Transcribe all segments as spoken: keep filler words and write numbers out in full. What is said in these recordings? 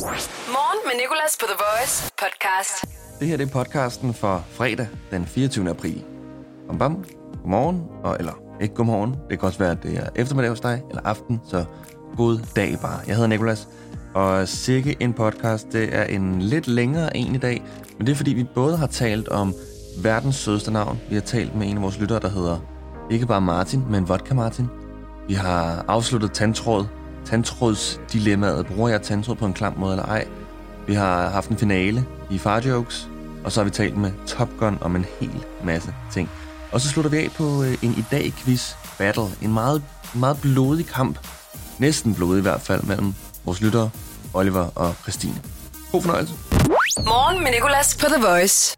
Morgen med Nicolas på The Voice podcast. Det her det er podcasten for fredag den fireogtyvende april. Bam bam, godmorgen, og, eller ikke godmorgen, det kan også være, at det er eftermiddag hos dig, eller aften, så god dag bare. Jeg hedder Nicolas, og sikke en podcast, det er en lidt længere en i dag, men det er fordi, vi både har talt om verdens sødeste navn. Vi har talt med en af vores lyttere, der hedder ikke bare Martin, men Vodka Martin. Vi har afsluttet tandtråd, tandtrådsdilemmaet, bruger jeg tandtråd på en klam måde eller ej. Vi har haft en finale i Farjokes, og så har vi talt med Top Gun om en hel masse ting. Og så slutter vi af på en i dag quiz battle, en meget, meget blodig kamp, næsten blodig i hvert fald, mellem vores lyttere, Oliver og Christine. God fornøjelse. Morgen med Nicolas på The Voice.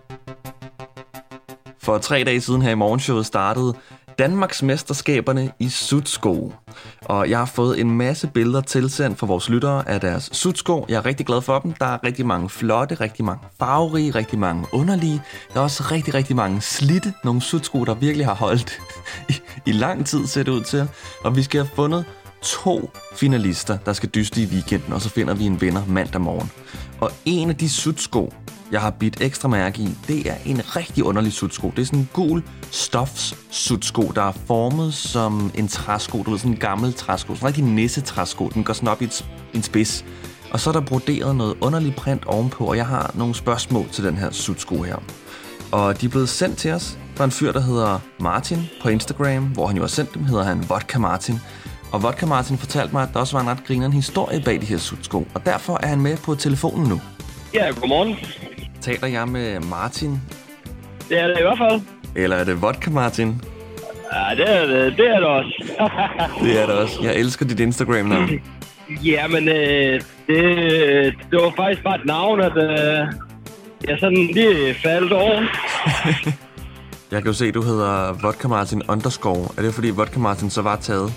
For tre dage siden her i morgenshowet startede Danmarks mesterskaberne i sutsko. Og jeg har fået en masse billeder tilsendt fra vores lyttere af deres sutsko. Jeg er rigtig glad for dem. Der er rigtig mange flotte, rigtig mange farverige, rigtig mange underlige. Der er også rigtig, rigtig mange slidte. Nogle sutsko, der virkelig har holdt i, i lang tid, ser det ud til. Og vi skal have fundet to finalister, der skal dyste i weekenden, og så finder vi en vinder mandag morgen. Og en af de sutsko, jeg har bidt ekstra mærke i, det er en rigtig underlig sutsko. Det er sådan en gul stofs sutsko, der er formet som en træsko. Du ved, sådan en gammel træsko. Sådan en rigtig nissetræsko. Den går sådan op i et, en spids. Og så er der broderet noget underligt print ovenpå, og jeg har nogle spørgsmål til den her sutsko her. Og de er blevet sendt til os fra en fyr, der hedder Martin på Instagram, hvor han jo har sendt dem, hedder han Vodka Martin. Og Vodka Martin fortalte mig, at der også var en ret grineren historie bag de her sutsko, og derfor er han med på telefonen nu. Ja, godmorgen. Taler jeg med Martin? Det er det i hvert fald. Eller er det Vodka Martin? Ja, det er det, det, er det også. Det er det også. Jeg elsker dit Instagram-navn. Jamen, øh, det, det var faktisk bare et navn, at øh, jeg sådan lige faldt over. Jeg kan jo se, at du hedder Vodka Martin underscore. Er det fordi Vodka Martin så var taget?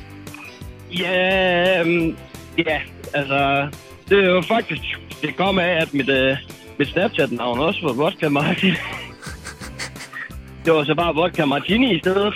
Ja, øh, ja, altså, det er jo faktisk, det kom af, at mit, øh, mit Snapchat-navn også var Vodka Martin. Det var så bare Vodka Martini i stedet.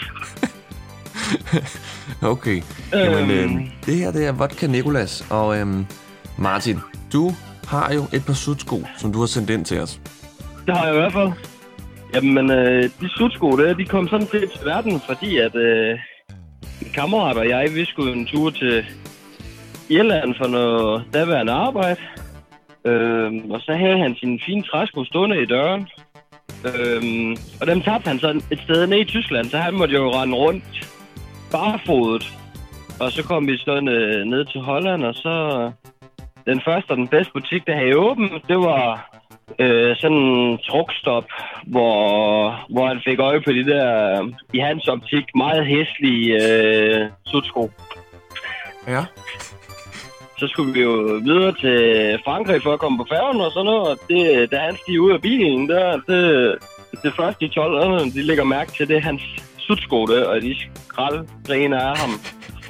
Okay. Jamen, øhm, øh, det her det er Vodka Nicolas. Og øh, Martin, du har jo et par sutsko, som du har sendt ind til os. Det har jeg i hvert fald. Jamen, øh, de sutsko, der, de kom sådan til verden, fordi at øh, min kammerat og jeg, vi skulle en tur til Irland for noget daværende arbejde. Øhm, og så havde han sine fine træsko stående i døren. Øhm, og dem tabte han så et sted nede i Tyskland, så han måtte jo rende rundt barefodet. Og så kom vi stående ned til Holland, og så den første og den bedste butik, der havde åbent, det var øh, sådan en truckstop, hvor, hvor han fik øje på de der, i hans optik, meget hæslige øh, sutsko. Ja. Så skulle vi jo videre til Frankrig for at komme på færgen og sådan noget, og det, da han stiger ud af bilen, der, det, det første de tolv, de lægger mærke til, det er hans sutsko, der, og de skraldgrene af ham.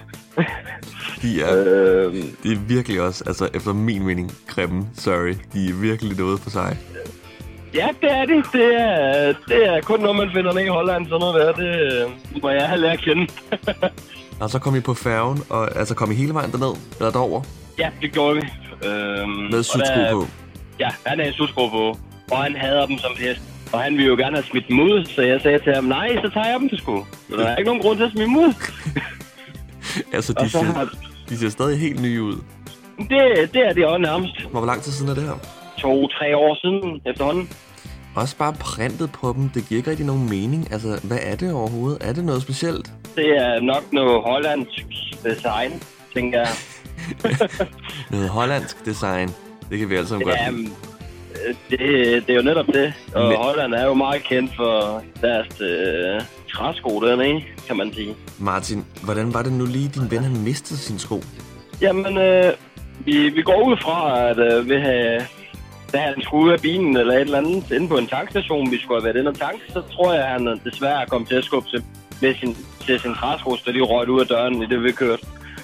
De er, øh, de er virkelig også, altså efter min mening, grimme, sorry. De er virkelig noget for sig. Ja, det er det. Det er, det er kun noget, man finder ned i Holland, sådan noget der. Det må jeg have lært at kende. Og så kom I på færgen, og altså kom I hele vejen derned, eller derover? Ja, det gjorde vi. Øhm, Med sutsko på? Ja, han havde sutsko på, og han hader dem som hest. Og han ville jo gerne have smidt dem ud, så jeg sagde til ham, nej, så tager jeg dem til sko. Så der er ikke nogen grund til at smide dem ud. Altså, de, ser, har... de ser stadig helt nye ud. Det, det er det også nærmest. Hvor lang tid siden er det her? To-tre år siden efterhånden. Også bare printet på dem, det giver ikke rigtig nogen mening. Altså, hvad er det overhovedet? Er det noget specielt? Det er nok noget hollandsk design, tænker jeg. Noget hollandsk design. Det kan vi alle sammen godt lide. Det, det er jo netop det. Og Men... Holland er jo meget kendt for deres øh, træsko dernede, kan man sige. Martin, hvordan var det nu lige, din ven han mistede sin sko? Jamen, øh, vi, vi går ud fra, at øh, vi have, da han skulle ud af bilen eller et eller andet inde på en tankstation, vi skulle have været inde og tanke, så tror jeg, at han desværre kom til at skubbe sig med sin, til sin træsko, så de røg ud af døren i det, vi kørte.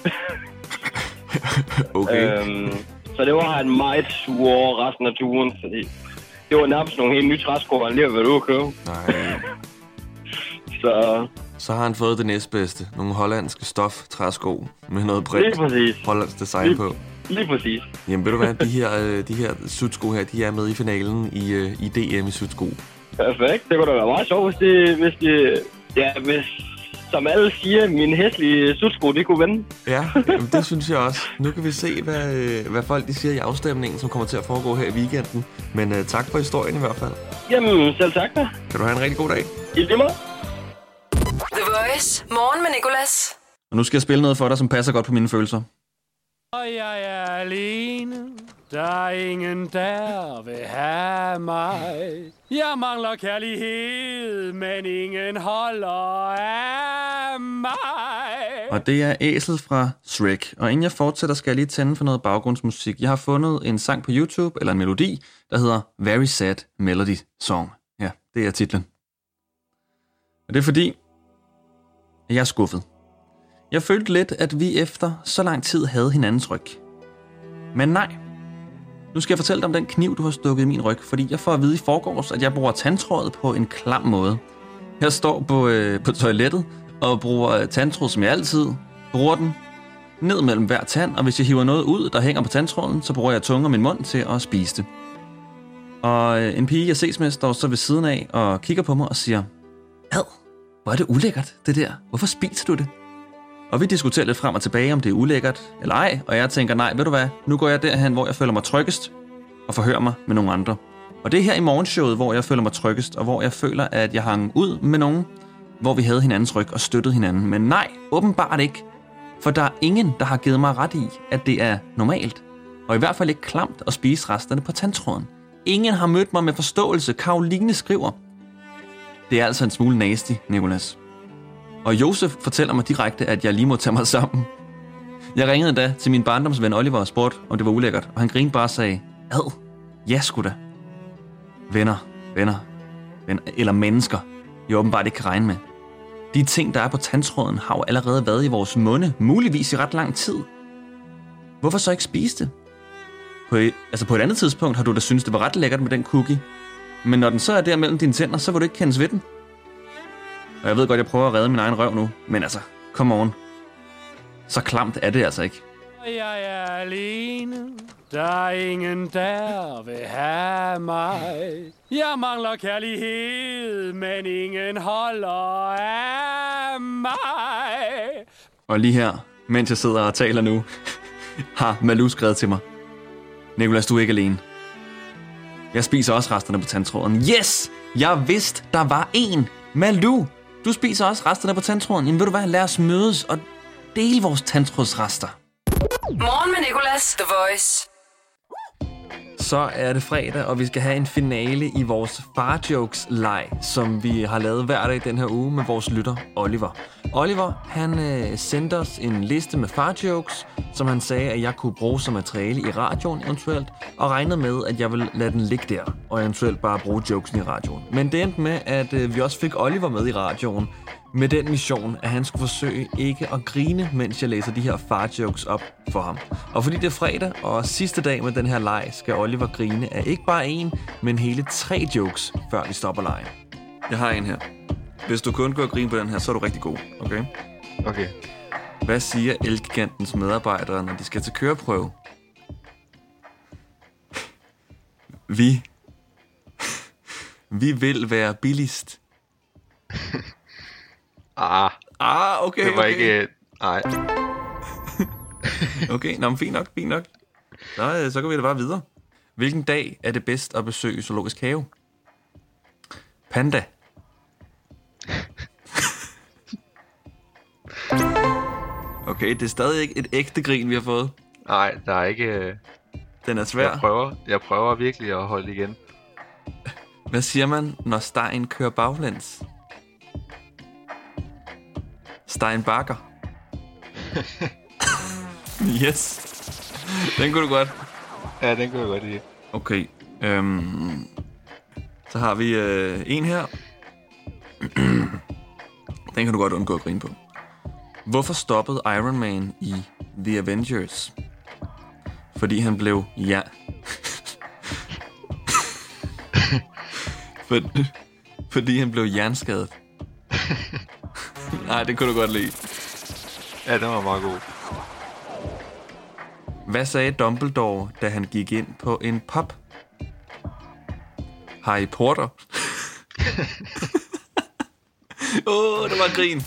Okay. øhm, så det var han meget sur over resten af turen, fordi det var nærmest nogle helt nye træsko, han lige har været ude at købe. Nej. så... Så har han fået det næstbedste. Nogle hollandske stof træsko med noget bredt hollandsk design lige, på. Lige præcis. Jamen ved du hvad, de her, øh, de her sutsko her, de er med i finalen i, øh, i D M i sutsko. Perfekt. Det kunne da være meget sjovt, hvis det... Hvis det ja, hvis... Som alle siger, min hæslige sutsko, det kunne vinde. Ja, jamen, det synes jeg også. Nu kan vi se, hvad, øh, hvad folk de siger i afstemningen, som kommer til at foregå her i weekenden. Men øh, tak for historien i hvert fald. Jamen, selv tak da. Kan du have en rigtig god dag. I lige måde. The Voice. Morgen med Nicolas. Og nu skal jeg spille noget for dig, som passer godt på mine følelser. Og jeg er alene, der er ingen der vil have mig. Jeg mangler kærlighed, men ingen holder af mig. Og det er Æsel fra Shrek. Og inden jeg fortsætter, skal jeg lige tænde for noget baggrundsmusik. Jeg har fundet en sang på YouTube, eller en melodi, der hedder Very Sad Melody Song. Ja, det er titlen. Og det er fordi, jeg er skuffet. Jeg følte lidt, at vi efter så lang tid havde hinandens ryg. Men nej. Nu skal jeg fortælle dig om den kniv, du har stukket i min ryg, fordi jeg får at vide i forgårs, at jeg bruger tandtrådet på en klam måde. Jeg står på, øh, på toilettet og bruger tandtråd, som jeg altid bruger den, ned mellem hver tand, og hvis jeg hiver noget ud, der hænger på tandtråden, så bruger jeg tungen og min mund til at spise det. Og øh, en pige, jeg ses med, står så ved siden af og kigger på mig og siger, ad, hvor er det ulækkert, det der. Hvorfor spiser du det? Og vi diskuterer lidt frem og tilbage, om det er ulækkert eller ej, og jeg tænker, nej, ved du hvad, nu går jeg derhen, hvor jeg føler mig tryggest, og forhører mig med nogle andre. Og det er her i morgenshowet, hvor jeg føler mig tryggest, og hvor jeg føler, at jeg hang ud med nogen, hvor vi havde hinandens ryg og støttede hinanden. Men nej, åbenbart ikke, for der er ingen, der har givet mig ret i, at det er normalt, og i hvert fald ikke klamt at spise resterne på tandtråden. Ingen har mødt mig med forståelse. Karoline skriver, det er altså en smule nasty, Nicolas. Og Josef fortæller mig direkte, at jeg lige må tage mig sammen. Jeg ringede da til min barndomsven Oliver og spurgte, om det var ulækkert, og han grinede bare og sagde, ad, ja sgu da. Venner, venner, venner, eller mennesker, jeg åbenbart ikke kan regne med. De ting, der er på tandtråden, har jo allerede været i vores munde, muligvis i ret lang tid. Hvorfor så ikke spise det? På et, altså på et andet tidspunkt har du da syntes, det var ret lækkert med den cookie. Men når den så er der mellem dine tænder, så vil du ikke kendes ved den. Og jeg ved godt, jeg prøver at redde min egen røv nu, men altså, come on. Så klamt er det altså ikke. Jeg er alene, der er ingen der vil have mig. Jeg mangler kærlighed, men ingen holder af mig. Og lige her, mens jeg sidder og taler nu, har Malou skrevet til mig. Nicolas, du er ikke alene. Jeg spiser også resterne på tandtråden. Yes! Jeg vidste, der var en. Malou, du spiser også resterne på tandtråden. Jamen ved du hvad, lad os mødes og dele vores tandtrådsrester. Morgen med Nicolas, The Voice. Så er det fredag, og vi skal have en finale i vores far-jokes-leg, som vi har lavet hver dag den her uge med vores lytter, Oliver. Oliver, han øh, sendte os en liste med far-jokes, som han sagde, at jeg kunne bruge som materiale i radioen eventuelt, og regnede med, at jeg ville lade den ligge der, og eventuelt bare bruge jokesen i radioen. Men det endte med, at øh, vi også fik Oliver med i radioen, med den mission, at han skulle forsøge ikke at grine, mens jeg læser de her far-jokes op for ham. Og fordi det er fredag, og sidste dag med den her leg, skal Oliver grine af ikke bare en, men hele tre jokes, før vi stopper lejen. Jeg har en her. Hvis du kun går grine på den her, så er du rigtig god, okay? Okay. Hvad siger Elgigantens medarbejdere, når de skal til køreprøve? Vi. Vi vil være billigst. Ah, Ah, okay, det var okay. ikke... Nej. Okay, nå, men fint nok, fint nok. Så, så går vi da bare videre. Hvilken dag er det bedst at besøge Zoologisk Have? Panda. Okay, det er stadig ikke et ægte grin, vi har fået. Nej, der er ikke... Den er svær. Jeg prøver, jeg prøver virkelig at holde igen. Hvad siger man, når Stein kører baglæns? Stein Bakker. Yes. Den kunne du godt. Ja, den kunne jeg godt lide. Okay. Øhm, så har vi øh, en her. Den kan du godt undgå at grine på. Hvorfor stoppede Iron Man i The Avengers? Fordi han blev... Ja. For, fordi han blev hjerneskadet. Nej, det kunne du godt lide. Ja, den var meget god. Hvad sagde Dumbledore, da han gik ind på en pub? Harry Potter. Åh, oh, det var grin.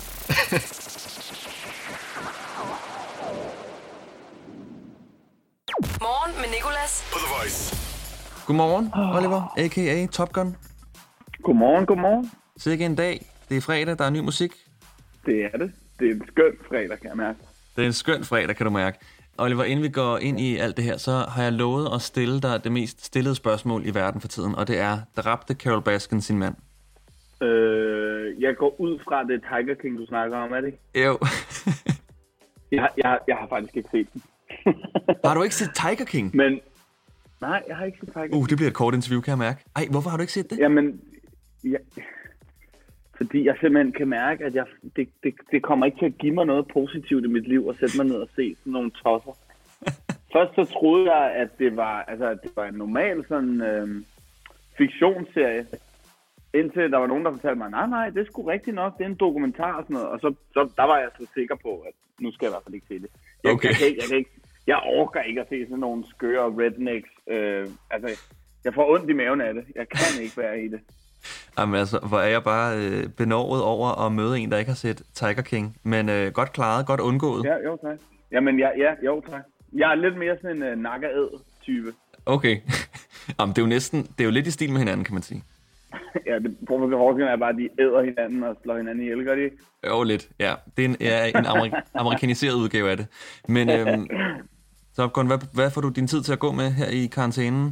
Morgen med Nicolas. På The Voice. Godmorgen, Oliver, a k a. Top Gun. Godmorgen, godmorgen. Sikke en dag. Det er fredag, der er ny musik. Det er det. Det er en skøn fredag, kan jeg mærke. Det er en skøn fredag, kan du mærke. Oliver, inden vi går ind i alt det her, så har jeg lovet at stille dig det mest stillede spørgsmål i verden for tiden, og det er, dræbte Carole Baskin sin mand? Øh, jeg går ud fra, det er Tiger King, du snakker om, er det ikke? Jo. Jeg, har- jeg, har- jeg har faktisk ikke set den. Har du ikke set Tiger King? Men, nej, jeg har ikke set Tiger King. Uh, det bliver et kort interview, kan jeg mærke. Ej, hvorfor har du ikke set det? Jamen, jeg, fordi jeg simpelthen kan mærke, at jeg, det, det, det kommer ikke til at give mig noget positivt i mit liv at sætte mig ned og se sådan nogle tosser. Først så troede jeg, at det var, altså, at det var en normal sådan, øh, fiktionsserie. Indtil der var nogen, der fortalte mig, nej, nej, det er sgu rigtigt nok, det er en dokumentar og sådan noget. Og så, så der var jeg så sikker på, at nu skal jeg i hvert fald ikke se det. Jeg, Okay. jeg, kan ikke, jeg, kan ikke, jeg orker ikke at se sådan nogle skøre rednecks. Øh, altså, jeg får ondt i maven af det. Jeg kan ikke være i det. Jamen altså, hvor er jeg bare øh, benovet over at møde en, der ikke har set Tiger King. Men øh, godt klaret, godt undgået. Ja, jo tak. Jamen, ja, ja jo tak. Jeg er lidt mere sådan en uh, nakkeæd-type. Okay. Jamen, det er jo næsten, det er jo lidt i stil med hinanden, kan man sige. Ja, det problemet er bare, at de æder hinanden og slår hinanden ihjel, gør de ikke? Jo, lidt, ja. Det er en, ja, en amerik- amerikaniseret udgave af det. Men øhm, Top Gun, hvad, hvad får du din tid til at gå med her i karantænen?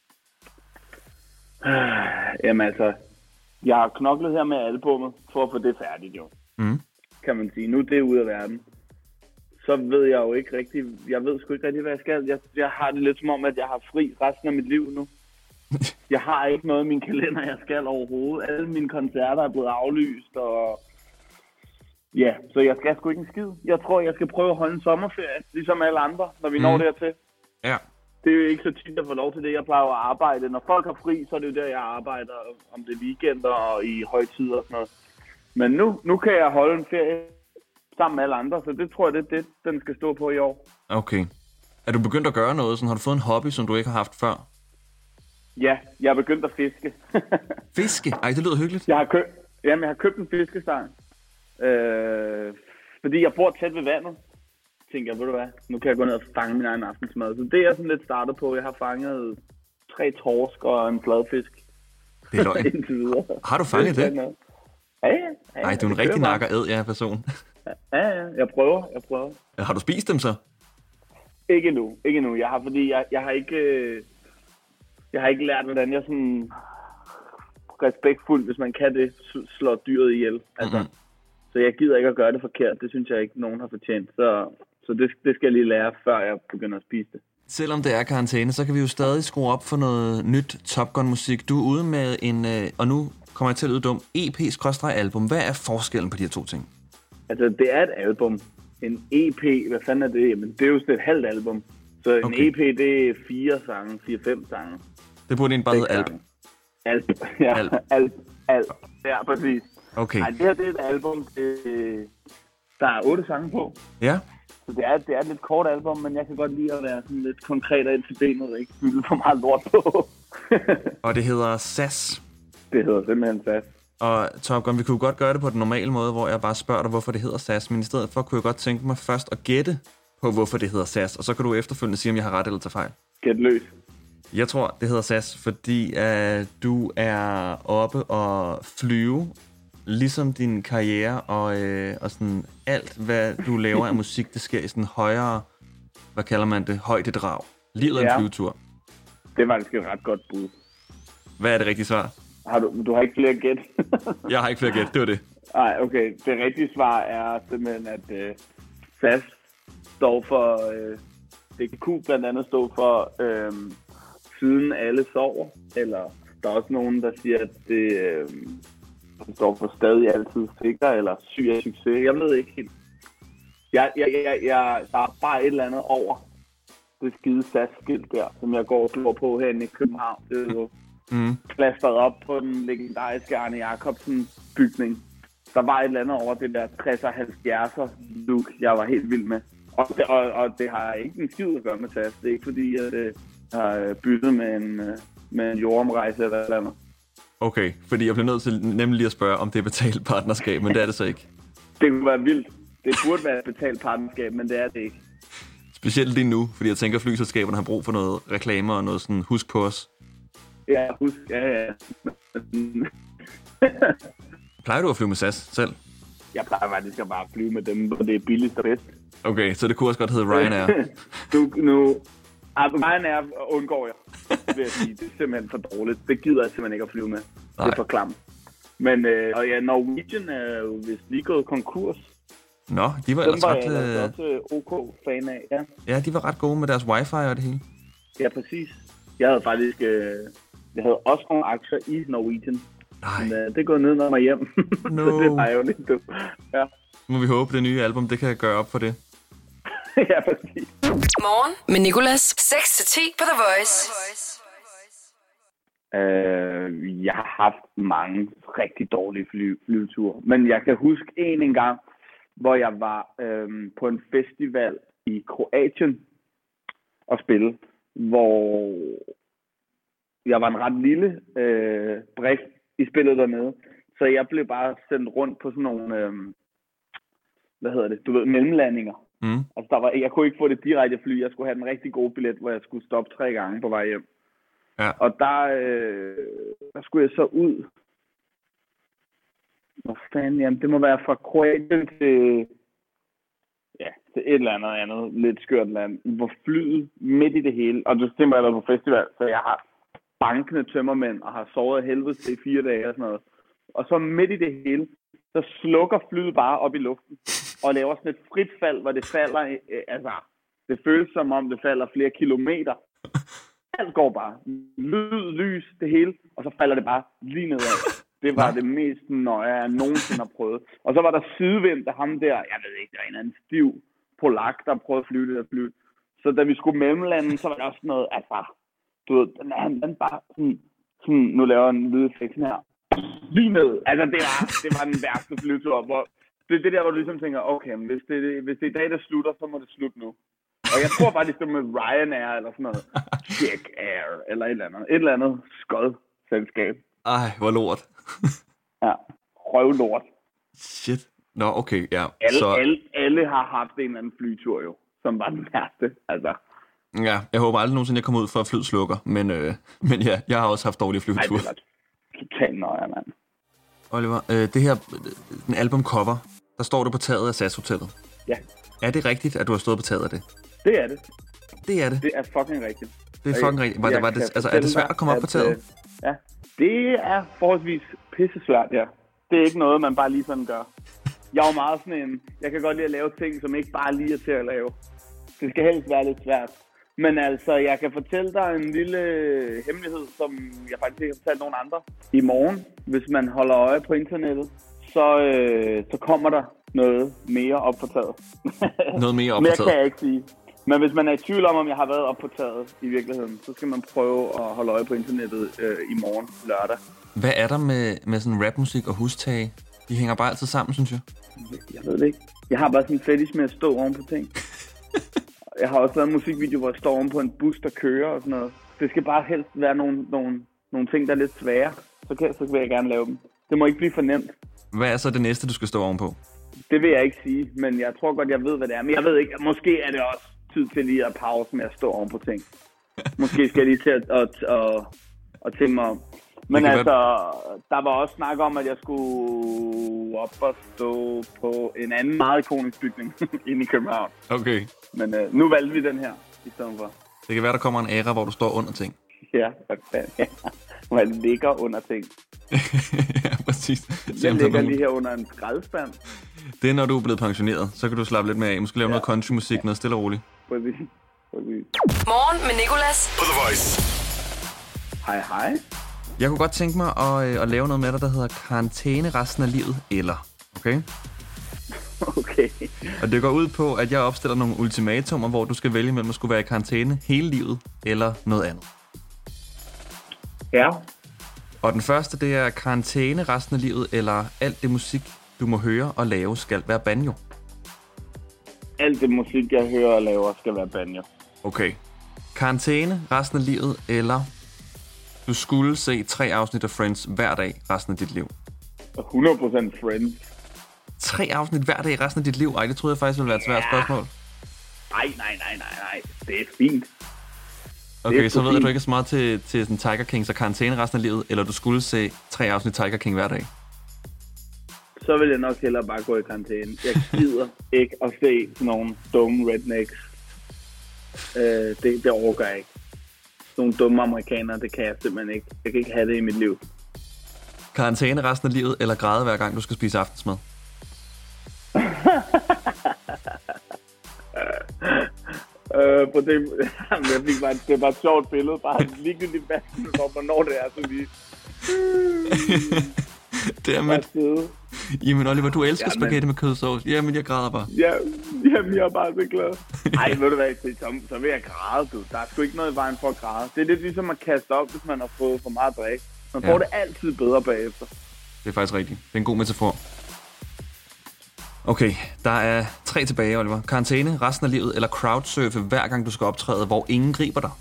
Jamen altså, jeg har knoklet her med albummet for at få det færdigt, jo. Mm. Kan man sige. Nu er det ude af verden. Så ved jeg jo ikke rigtigt, jeg ved sgu ikke rigtigt, hvad jeg skal. Jeg, jeg har det lidt som om, at jeg har fri resten af mit liv nu. Jeg har ikke noget i min kalender, jeg skal overhovedet. Alle mine koncerter er blevet aflyst, og ja, så jeg skal sgu ikke en skid. Jeg tror, jeg skal prøve at holde en sommerferie, ligesom alle andre, når vi mm. når dertil. Ja. Det er jo ikke så tit, jeg får lov til det. Jeg plejer at arbejde. Når folk har fri, så er det jo der, jeg arbejder, om det er weekender og i højtider og sådan noget. Men nu, nu kan jeg holde en ferie sammen med alle andre, så det tror jeg, det er det, den skal stå på i år. Okay. Er du begyndt at gøre noget? Sådan, har du fået en hobby, som du ikke har haft før? Ja, jeg er begyndt at fiske. Fiske? Ej, det lyder hyggeligt. jeg har købt, jamen, jeg har købt en fiskestang. Øh, fordi jeg bor tæt ved vandet. Tænker jeg, ved du hvad, nu kan jeg gå ned og fange min egen aftensmad. Så det er jeg sådan lidt startet på. Jeg har fanget tre torsk og en fladfisk. Det er løgn. Indtil videre. Har du fanget det? Ja, ja. ja Ej, du er en det rigtig kører bare. nakker æd, ja, person. Ja, ja, jeg prøver, jeg prøver. Har du spist dem så? Ikke nu, ikke nu. Jeg har, fordi jeg, jeg har ikke, øh, jeg har ikke lært, hvordan jeg sådan respektfuldt, hvis man kan det, s- slår dyret ihjel. Altså, Mm-hmm. så jeg gider ikke at gøre det forkert. Det synes jeg ikke, nogen har fortjent. Så, så det, det skal jeg lige lære, før jeg begynder at spise det. Selvom det er karantæne, så kan vi jo stadig skrue op for noget nyt Top Gun-musik. Du er ude med en, øh, og nu kommer jeg til at lyde dum, E P-album. Hvad er forskellen på de her to ting? Altså, det er et album. En E P, hvad fanden er det? Jamen, det er jo sådan et halvt album. Så en Okay. E P, det er fire sange, fire-fem sange. Det burde egentlig bare hedde Seks Alp. sange. Alp. Ja, Alp. Alp. Alp. Ja, præcis. Okay. Nej, det her det er et album, det, der er otte sange på. Ja. Så det er, det er et lidt kort album, men jeg kan godt lide at være sådan lidt konkret og ind til benet, og ikke fylde for meget lort på. Og det hedder S A S. Det hedder simpelthen fast. Og Top Gun, vi kunne godt gøre det på den normale måde, hvor jeg bare spørger dig, hvorfor det hedder S A S. Men i stedet for kunne jeg godt tænke mig først at gætte på, hvorfor det hedder S A S. Og så kan du efterfølgende sige, om jeg har ret eller tager fejl. Gæt løs. Jeg tror, det hedder S A S, fordi uh, du er oppe og flyve, ligesom din karriere, og, øh, og sådan alt, hvad du laver af musik, det sker i sådan højere, hvad kalder man det, højdedrag. Livet er en Ja. flyvetur. Det var faktisk et ret godt bud. Hvad er det rigtige svar? Har du, du har ikke flere gæt? Jeg har ikke flere gæt, det var det. Nej, okay. Det rigtige svar er simpelthen, at øh, S A S står for... Øh, det kunne blandt andet stå for øh, siden alle sover. Eller der er også nogen, der siger, at det øh, står for stadig altid sikker, eller syg af succes. Jeg ved ikke helt. Jeg, jeg, jeg, jeg, der er bare et eller andet over det skide S A S-skilt der, som jeg går og glor på herinde i København. Det er jo Mm. plastret op på den legendariske Arne Jacobsen bygning. Der var et eller andet over det der tres og halvfjerdser look, jeg var helt vild med. Og det, og, og det har ikke en skid at gøre med Sass. Det er ikke fordi, at jeg har byttet med en, med en jordomrejse eller eller andet. Okay, fordi jeg bliver nødt til nemlig lige at spørge, om det er betalt partnerskab, men det er det så ikke. Det kunne være vildt. Det burde være et betalt partnerskab, men det er det ikke. Specielt lige nu, fordi jeg tænker, at flyselskaberne har brug for noget reklamer og noget sådan, husk på os. Ja, husk, ja, ja. Plejer du at flyve med Sass selv? Jeg plejer faktisk at bare flyve med dem, hvor det er billigst og bedst. Okay, så det kunne også godt hedde Ryanair. du, nu... Altså, Ryanair undgår jeg, vil jeg sige. Det er simpelthen for dårligt. Det gider jeg simpelthen ikke at flyve med. Nej. Det er for klamt. Men, øh, og ja, Norwegian er jo vist lige gået konkurs. Nå, de var Dem ellers var ret... jeg Øh... også OK-fan af, ja. Ja, de var ret gode med deres wifi og det hele. Ja, præcis. Jeg havde faktisk... Øh... Jeg havde også nogle aktier i Norwegian. Nej. Men øh, det er gået ned, når mig hjem. No. Så det var jo lidt dumt. Ja. Må vi håbe, det nye album, det kan gøre op for det. Ja, præcis. Morgen med Nicolas. seks til ti på The Voice. Øh, jeg har haft mange rigtig dårlige fly, flyveture. Men jeg kan huske en en gang, hvor jeg var øh, på en festival i Kroatien og spille, hvor jeg var en ret lille øh, brik i spillet dernede. Så jeg blev bare sendt rundt på sådan nogle, øh, hvad hedder det, du ved, mellemlandinger. Mm. Altså, der var, jeg kunne ikke få det direkte fly. Jeg skulle have en rigtig god billet, hvor jeg skulle stoppe tre gange på vej hjem. Ja. Og der, øh, der skulle jeg så ud. Hvad fanden, jamen, det må være fra Kroatien til, ja, til et eller andet andet, lidt skørt land, hvor flyet midt i det hele. Og du tænker, jeg har været på festival, så jeg har bankende tømmermænd og har sovet af helvede til i fire dage og sådan noget. Og så midt i det hele, så slukker flyet bare op i luften og laver sådan et frit fald, hvor det falder, øh, altså, det føles som om det falder flere kilometer. Alt går bare. Lyd, lys, det hele, og så falder det bare lige nedad. Det var det mest nøje, jeg nogensinde har prøvet. Og så var der sidevind af ham der, jeg ved ikke, der var en eller anden stiv polak, der prøvede at flyve det der fly. Så da vi skulle mellemlande, så var der også noget, altså, du ved, den er den bare sådan, sådan, nu laver jeg en lydeffekt her. Lige ned. Altså, det var, det var den værste flyvetur, hvor det er det der, hvor du ligesom tænker, okay, men hvis det, hvis det er i dag, der slutter, så må det slutte nu. Og jeg tror faktisk, det er med Ryanair eller sådan noget. Check Air eller et eller andet. Et eller andet skodselskab. Ej, hvor lort. Ja, røvlort. Shit. Nå, okay, ja. Alle, så... alle, alle har haft en eller anden flytur jo, som var den værste. Altså. Ja, jeg håber aldrig nogensinde, jeg kommer ud fra flyet slukker. Men, øh, men ja, jeg har også haft dårlige flyveture. Ej, det var totalt nøje, mand. Oliver, øh, det her en albumcover, der står du på taget af S A S-hotellet. Ja. Er det rigtigt, at du har stået på taget af det? Det er det. Det er det? Det er fucking rigtigt. Det er fucking rigtigt. Var det, var det, altså, er det svært at komme op på taget? At, ja, det er forholdsvis pissesvært, ja. Det er ikke noget, man bare lige sådan gør. Jeg er jo meget sådan en... Jeg kan godt lide at lave ting, som ikke bare lige er til at lave. Det skal helst være lidt svært. Men altså, jeg kan fortælle dig en lille hemmelighed, som jeg faktisk ikke har fortalt nogen andre. I morgen, hvis man holder øje på internettet, så, øh, så kommer der noget mere op på taget. Noget mere op på taget? Mere kan jeg ikke sige. Men hvis man er i tvivl om, om jeg har været op på taget i virkeligheden, så skal man prøve at holde øje på internettet øh, i morgen lørdag. Hvad er der med, med sådan rapmusik og hustage? De hænger bare altid sammen, synes jeg. Jeg ved det ikke. Jeg har bare sådan en fetish med at stå oven på ting. Jeg har også lavet en musikvideo, hvor jeg står oven på en bus, der kører og sådan noget. Det skal bare helst være nogle, nogle, nogle ting, der er lidt svære. Så, kan, så vil jeg gerne lave dem. Det må ikke blive for nemt. Hvad er så det næste, du skal stå ovenpå? Det vil jeg ikke sige, men jeg tror godt, jeg ved, hvad det er. Men jeg ved ikke, måske er det også tid til lige at pause med at stå oven på ting. Måske skal jeg lige til at, at, at, at tænke mig om. Men altså, være... der var også snak om, at jeg skulle op og stå på en anden meget ikonisk bygning inde i København. Okay. Men uh, nu valgte vi den her i stedet for. Det kan være, der kommer en æra, hvor du står under ting. Ja, hvad fanden, ja. Hvor jeg ligger under ting. Ja, præcis. Jeg ligger lige her under en skraldespand. Det er, når du er blevet pensioneret. Så kan du slappe lidt mere af. Måske lave ja. noget countrymusik, noget stille og roligt. Præcis. Præcis. Morgen med Nicolas. På The Voice. Hej, hej. Jeg kunne godt tænke mig at, øh, at lave noget med dig, der hedder karantæne resten af livet, eller. Okay? Okay. Og det går ud på, at jeg opstiller nogle ultimatumer, hvor du skal vælge mellem at skulle være i karantæne hele livet, eller noget andet. Ja. Og den første, det er karantæne resten af livet, eller alt det musik, du må høre og lave, skal være banjo. alt det musik, jeg hører og laver, skal være banjo. Okay. Karantæne resten af livet, eller du skulle se tre afsnit af Friends hver dag resten af dit liv? hundrede procent Friends. Tre afsnit hver dag resten af dit liv? Ej, det troede jeg faktisk ville være et svært Ja. spørgsmål. Nej, nej, nej, nej, nej. Det er fint. Okay, er så ved jeg, fint. at du ikke er så meget til, til sådan Tiger King, så karantæne resten af livet, eller du skulle se tre afsnit Tiger King hver dag? Så vil jeg nok hellere bare gå i karantæne. Jeg gider ikke at se sådan nogle dumme rednecks. Øh, det, det overgår jeg ikke. Sådan nogle dumme amerikanere, det kan jeg simpelthen ikke. Jeg kan ikke have det i mit liv. Karantæne resten af livet, eller græde hver gang, du skal spise aftensmad? Øh, på det, jeg fik bare, det er bare et sjovt billede. Bare ligegyldigt hvad, hvornår det er, så lige Dammit. bare sidde. Jamen Oliver, du elsker Jamen. spaghetti med kødsovs. Jamen, jeg græder bare. Ja, jamen, jeg er bare så glad. Ej, ved du hvad, så, så vil jeg græde, du. Der er sgu ikke noget i vejen for at græde. Det er lidt ligesom at kaste op, hvis man har fået for meget drik. Man får Ja. det altid bedre bagefter. Det er faktisk rigtigt. Det er en god metafor. Okay, der er tre tilbage, Oliver. Karantæne resten af livet, eller crowdsurfe hver gang du skal optræde, hvor ingen griber dig?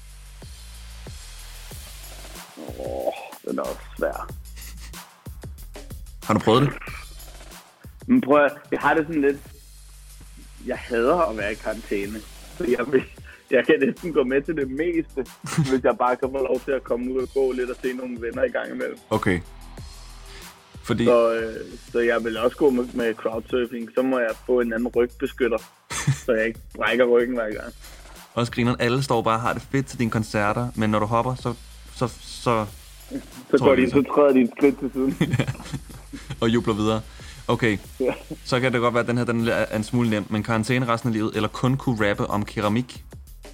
Åh, oh, den er også svær. Har du prøvet det? Men prøv at, jeg har det sådan lidt... Jeg hader at være i karantæne. Så jeg, vil, jeg kan næsten gå med til det meste, hvis jeg bare kan få lov til at komme ud og gå lidt og se nogle venner i gang imellem. Okay. Fordi... Så, øh, så jeg vil også gå med, med crowdsurfing. Så må jeg få en anden rygbeskytter, så jeg ikke brækker ryggen hver gang. Også grineren, alle står bare og har det fedt til dine koncerter, men når du hopper, så... så, så Så, tror går jeg, de, det så træder de et skridt til siden. og jubler videre. Okay, Ja. så kan det godt være, at den her den er en smule nem, men karantæne resten af livet, eller kun kunne rappe om keramik?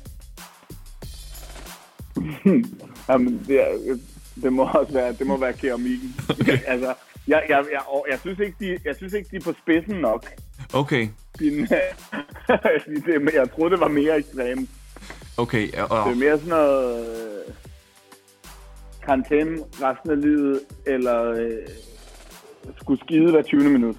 Jamen, det, er, det må også være, det må være keramikken. Okay. Altså, jeg, jeg, jeg, og jeg, synes ikke, de, jeg synes ikke, de er på spidsen nok. Okay, Din, det, jeg troede, det var mere ekstremt. okay, og... Det er mere sådan noget... Øh, karantæne resten af livet, eller øh, skulle skide hver tyvende minut.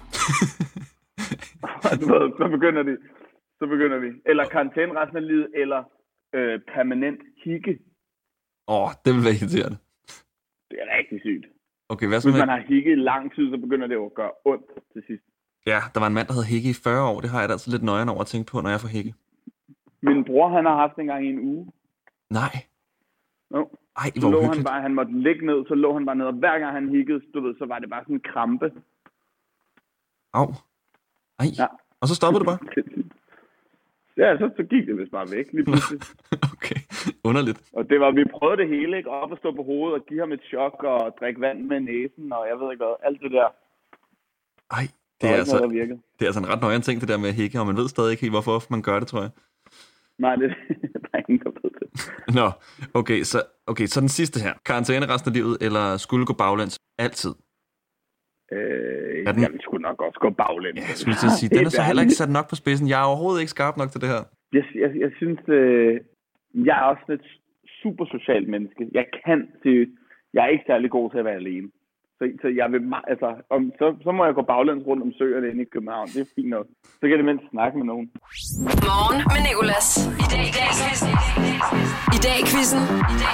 Du ved, så begynder de. Så begynder vi. Eller karantæne resten af livet, eller øh, permanent hikke. Åh, oh, det vil være irriterende. Det er rigtig sygt. Okay, hvad så Hvis med... man har hikket i lang tid, så begynder det jo at gøre ondt til sidst. Ja, der var en mand, der hed Hikke i fyrre år. Det har jeg da altså lidt nøjeren over at tænke på, når jeg får Hikke. Min bror, han har haft en gang i en uge. Nej. No. Ej, Så hvor lå han hyggeligt. bare, han måtte ligge ned, så lå han bare ned, og hver gang han hikkede, du ved, så var det bare sådan en krampe. Au. Ej. Ja. Og så stoppede det bare? Ja, så, så gik det vist bare væk lige pludselig. Okay, underligt. Og det var, vi prøvede det hele, ikke? Op at stå på hovedet og give ham et chok og drikke vand med næsen, og jeg ved ikke hvad, alt det der. Ej, Det det er, var ikke altså, noget, der virkede. det er altså en ret nøjeren ting, det der med at hikke, og man ved stadig ikke helt, hvorfor man gør det, tror jeg. Nej, det der er ingen, der ved det. Nå, okay, så, okay, så den sidste her. Karantæne resten af livet, eller skulle gå baglæns? Altid. Øh, Er den- Jeg skulle nok også gå baglæns. Ja, jeg skulle til at sige, den er så heller ikke sat nok på spidsen. Jeg er overhovedet ikke skarp nok til det her. Jeg, jeg, jeg synes, øh, jeg er også et super socialt menneske. Jeg kan seriøst. Jeg er ikke særlig god til at være alene. Så, så jeg vil, ma- altså, om, så, så må jeg gå baglæns rundt om søerne inde i København. Det er fint nok. Så kan det mindst snakke med nogen. Morgen med Nicolas. I dag i dag quizzen. I dag i quizzen.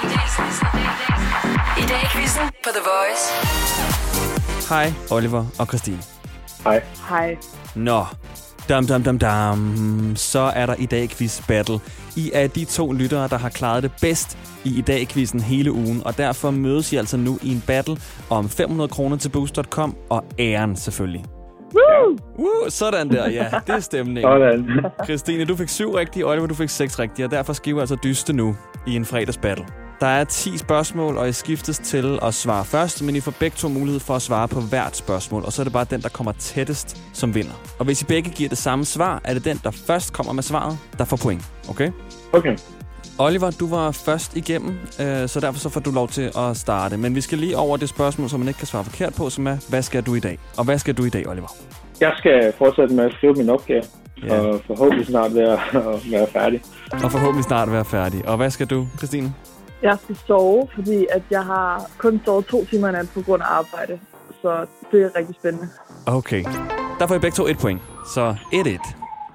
I dag i quizzen på The Voice. Hej, Oliver og Christine. Hej. Hej. Nå, dam, dam, dam, dam. Så er der i dag quiz battle. I er de to lyttere, der har klaret det bedst i i dag quizzen hele ugen, og derfor mødes I altså nu i en battle om fem hundrede kroner til boost punktum com og æren selvfølgelig. Woo! Uh, sådan der, ja, det er stemningen. Sådan. Christine, du fik syv rigtige, Oliver, du fik seks rigtige, og derfor skal I altså dyste nu i en fredagsbattle. Der er ti spørgsmål, og I skiftes til at svare først, men I får begge to mulighed for at svare på hvert spørgsmål, og så er det bare den, der kommer tættest, som vinder. Og hvis I begge giver det samme svar, er det den, der først kommer med svaret, der får point. Okay? Okay. Oliver, du var først igennem, øh, så derfor så får du lov til at starte. Men vi skal lige over det spørgsmål, som man ikke kan svare forkert på, som er, hvad skal du i dag? Og hvad skal du i dag, Oliver? Jeg skal fortsætte med at skrive min opgave, Ja. og forhåbentlig snart være, være færdig. Og forhåbentlig snart være færdig. Og hvad skal du, Christine? Jeg skal sove, fordi at jeg har kun sovet to timer i nat på grund af arbejde. Så det er rigtig spændende. Okay. Der får I begge to et point. Så et et.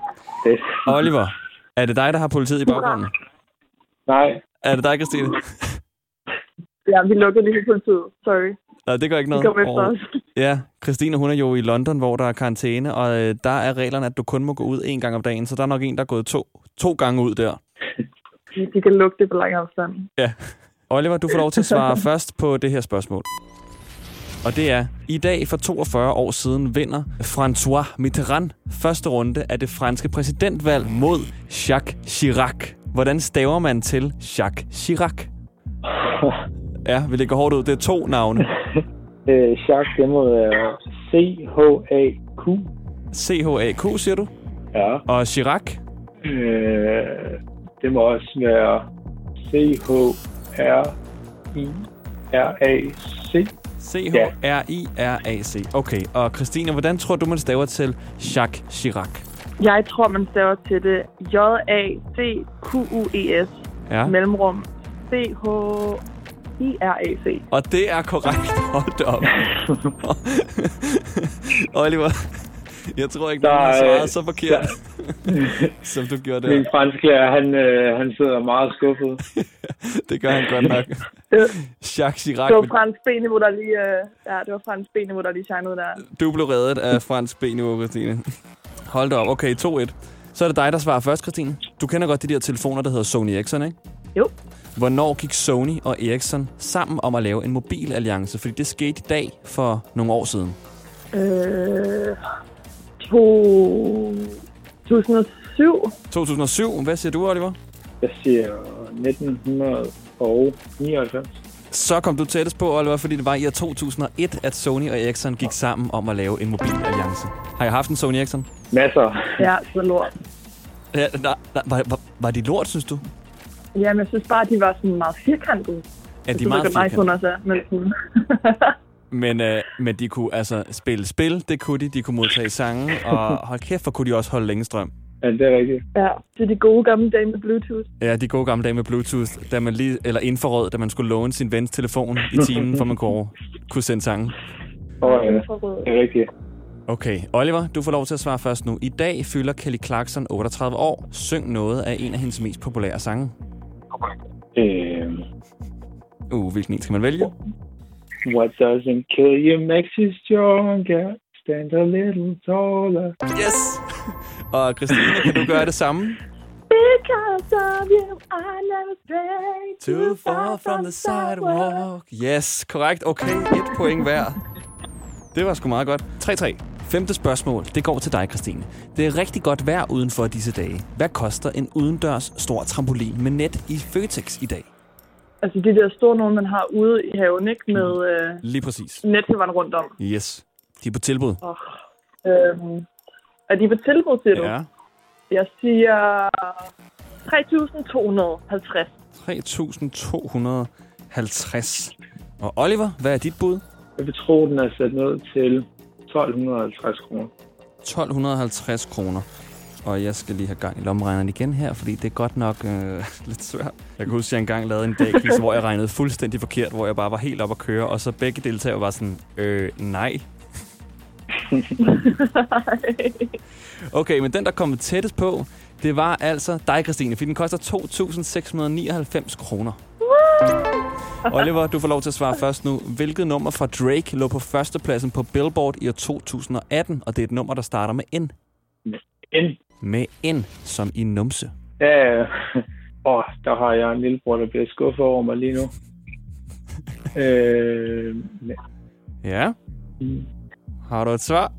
Det. Oliver, er det dig, der har politiet i baggrunden? Nej. Er det dig, Christine? Ja, vi lukkede lige på politiet. Sorry. Nej, det gør ikke noget. De kommer efter os. Ja, Christine, hun er jo i London, hvor der er karantæne, og øh, der er reglerne, at du kun må gå ud en gang om dagen, så der er nok en, der er gået to, to gange ud der. De, de kan lukke det på lang afstand. Ja. Oliver, du får lov til at svare først på det her spørgsmål. Og det er, i dag for toogfyrre år siden vinder François Mitterrand første runde af det franske præsidentvalg mod Jacques Chirac. Hvordan staver man til Jacques Chirac? Ja, vi lægger hårdt ud. Det er to navne. Øh, Jacques, det må være C H A Q. C H A Q, siger du? Ja. Og Chirac? Øh, det må også være C H R I R A C. C H R I R A C. Okay, og Christine, hvordan tror du, man staver til Jacques Chirac? Jeg tror, man staver til det J A C Q U E S. Ja. Mellemrum C H I R A C. Og det er korrekt. Hold da op. Oliver, jeg tror ikke, du har svaret så forkert, som du gjorde der. Min fransklærer, han, øh, han sidder meget skuffet. Det gør han godt nok. Jacques Chirac. Det var fransk B-niveau, der lige, øh, ja, det var fransk B-niveau, der lige shinede der. Du blev reddet af fransk B-niveau, Christine. Hold da op. Okay, to et. Så er det dig, der svarer først, Christine. Du kender godt de der telefoner, der hedder Sony Ericsson, ikke? Jo. Hvornår gik Sony og Ericsson sammen om at lave en mobilalliance? Fordi det skete i dag for nogle år siden. Øh, to tusind og syv. to tusind og syv. Hvad siger du, Oliver? Jeg siger nitten nioghalvfems. Så kom du tættest på, Oliver, fordi det var i år to tusind og et, at Sony og Ericsson gik sammen om at lave en mobilalliance. Har jeg haft en Sony Ericsson? Masser. Ja, så lort. Ja, nej, nej, var, var, var de lort, synes du? Jamen, jeg synes bare, at de var sådan meget firkantede. Ja, de er meget firkantede. iPhone også er, men sådan. Men, øh, men de kunne altså spille spil, det kunne de. De kunne modtage sange, og hold kæft, for kunne de også holde længe strøm. Ja, det er rigtigt. Ja, det er de gode gamle dage med Bluetooth. Ja, de gode gamle dage med Bluetooth, da man lige, eller infrarød, da man skulle låne sin vens telefon i timen, for man kunne, kunne sende sange. Åh, oh, ja, det er rigtigt. Okay, Oliver, du får lov til at svare først nu. I dag fylder Kelly Clarkson otteogtredive år. Syng noget af en af hendes mest populære sange. Øh... Uh, hvilken en skal man vælge? What doesn't kill you makes you stronger. Stand a little taller. Yes! Og Christine, kan du gøre det samme? Because of you, I never stray Too far from the sidewalk. Yes, korrekt. Okay, et point hver. Det var sgu meget godt. tre tre. Femte spørgsmål, det går til dig, Christine. Det er rigtig godt vejr udenfor disse dage. Hvad koster en udendørs stor trampolin med net i Føtex i dag? Altså de der store nogle, man har ude i haven, ikke? Med øh, lige præcis. Nettilvand rundt om. Yes. De er på tilbud. Oh. Øhm, er de på tilbud, siger du? Ja. Jeg siger tre tusind to hundrede og halvtreds. tre tusind to hundrede og halvtreds. Og Oliver, hvad er dit bud? Jeg vil tro, den er sat ned til tolv halvtreds kroner. tolv halvtreds kroner. Og jeg skal lige have gang i lommeregneren igen her, fordi det er godt nok øh, lidt svært. Jeg kan huske, at jeg engang lavede en dag, hvor jeg regnede fuldstændig forkert, hvor jeg bare var helt op at køre, og så begge deltagere var sådan, øh, nej. Okay, men den, der kom tættest på, det var altså dig, Christine, fordi den koster to tusind seks hundrede og nioghalvfems kroner. Oliver, du får lov til at svare først nu. Hvilket nummer fra Drake lå på førstepladsen på Billboard i år to tusind og atten? Og det er et nummer, der starter med N. N. Med N, som i numse. Ja, åh, oh, der har jeg en lillebror, der bliver skuffet over mig lige nu. øh, ja. Har du et svar?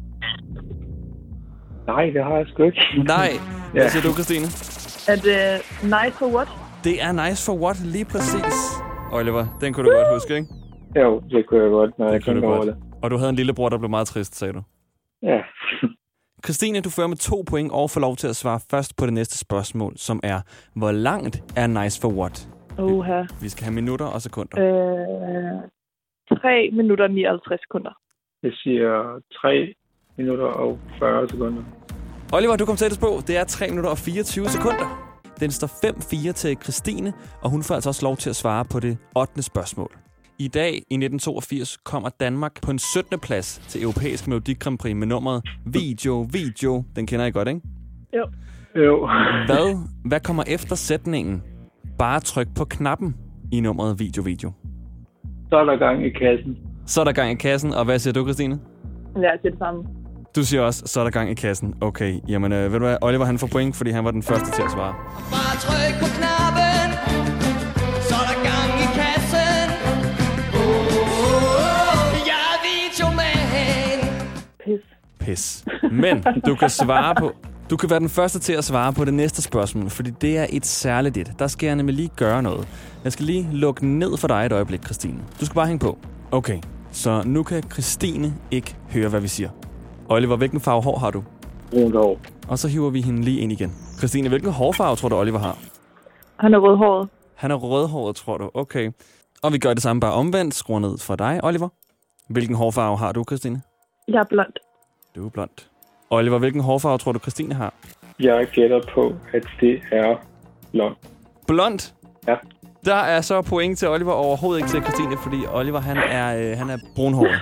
Nej, det har jeg sgu ikke. Nej. Hvad ja. siger du, Christine? Er det Nice for What? Det er Nice for What, lige præcis. Oliver, den kunne du godt huske, ikke? Jo, det kunne jeg godt, når det jeg tænker over det. Og du havde en lillebror, der blev meget trist, sagde du? Ja. Christine, du fører med to point og får lov til at svare først på det næste spørgsmål, som er, hvor langt er Nice for What? Oha. Vi skal have minutter og sekunder. Øh, tre minutter og nioghalvtreds sekunder. Jeg siger tre minutter og fyrre sekunder. Oliver, du kom tættest på. Det er tre minutter og fireogtyve sekunder. Den står fem fire til Christine, og hun får altså også lov til at svare på det ottende spørgsmål. I dag, i nitten toogfirs, kommer Danmark på en syttende plads til Europæisk Melodi Grand Prix med nummeret Video, Video. Den kender I godt, ikke? Jo. Jo. Hvad, hvad kommer efter sætningen? Bare tryk på knappen i nummeret video video. Så er der gang i kassen. Så er der gang i kassen, og hvad siger du, Christine? Ja, jeg siger det samme. Du siger også, så er der gang i kassen. Okay, jamen øh, ved du hvad, Oliver han får point, fordi han var den første til at svare. Bare tryk på knappen, så er der gang i kassen. Oh, oh, oh, jeg er videoman. Pis. Pis. Men du kan svare på... Du kan være den første til at svare på det næste spørgsmål, fordi det er et særligt et. Der skal jeg nemlig lige gøre noget. Jeg skal lige lukke ned for dig et øjeblik, Christine. Du skal bare hænge på. Okay, så nu kan Christine ikke høre, hvad vi siger. Oliver, hvilken farve hår har du? Brunt hår. Og så hiver vi hende lige ind igen. Christine, hvilken hårfarve tror du, Oliver har? Han er rødhåret. Han er rødhåret, tror du. Okay. Og vi gør det samme bare omvendt. Skruer ned for dig, Oliver. Hvilken hårfarve har du, Christine? Jeg er blond. Du er blond. Oliver, hvilken hårfarve tror du, Christine har? Jeg gætter på, at det er blond. Blond? Ja. Der er så point til Oliver, overhovedet ikke til Christine, fordi Oliver han er, øh, han er brunhåret.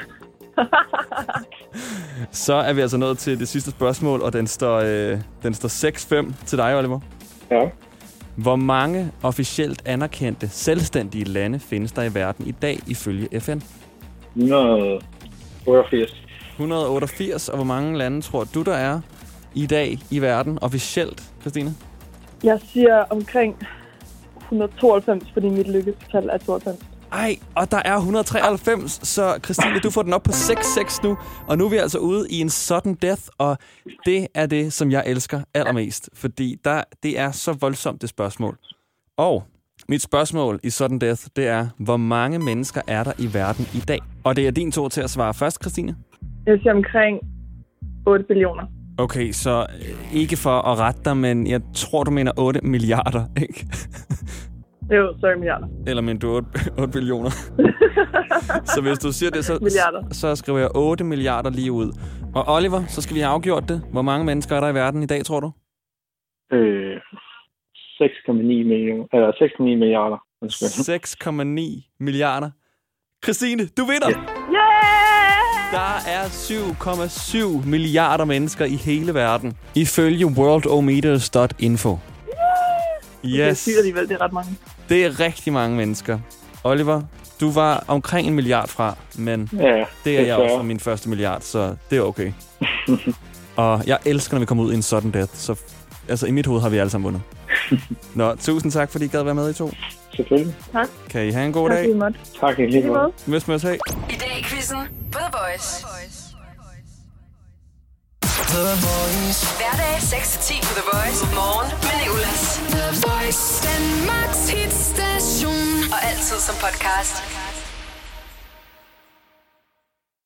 Så er vi altså nået til det sidste spørgsmål, og den står, øh, den står seks fem til dig, Oliver. Ja. Hvor mange officielt anerkendte selvstændige lande findes der i verden i dag ifølge F N? et hundrede otteogfirs. et hundrede otteogfirs, og hvor mange lande tror du, der er i dag i verden officielt, Christine? Jeg siger omkring et hundrede tooghalvfems, fordi mit lykkestal er tooghalvfems. Ej, og der er et hundrede treoghalvfems, så Christine, du får den op på seks seks nu. Og nu er vi altså ude i en sudden death, og det er det, som jeg elsker allermest. Fordi der, det er så voldsomt, det spørgsmål. Og mit spørgsmål i sudden death, det er, hvor mange mennesker er der i verden i dag? Og det er din tur til at svare først, Christine. Jeg siger omkring otte billioner. Okay, så ikke for at rette dig, men jeg tror, du mener otte milliarder, ikke? Jo, sorry, milliarder. Eller mener du otte, otte billioner? Så hvis du siger det, så, så skriver jeg otte milliarder lige ud. Og Oliver, så skal vi have afgjort det. Hvor mange mennesker er der i verden i dag, tror du? Øh, seks komma ni millioner. Eller seks komma ni milliarder. seks komma ni milliarder. Christine, du vinder! Yeah! Yeah! Der er syv komma syv milliarder mennesker i hele verden, ifølge worldometers punktum info. Yes. Det er sygt alligevel, det er ret mange. Det er rigtig mange mennesker. Oliver, du var omkring en milliard fra, men ja, det er jeg også fra min første milliard, så det er okay. Og jeg elsker, når vi kommer ud i en sudden death, så altså, i mit hoved har vi alle sammen vundet. Nå, tusind tak, fordi I gad være med i to. Selvfølgelig. Tak. Kan I have en god tak, dag? Tak, i lige måde. Møs, møs, hey. I dag i quizzen på The Voice. The Voice. Hverdag seks til ti på The Voice. Morgen med Nicolas. The Voice. Danmarks hitstation. Og altid som podcast.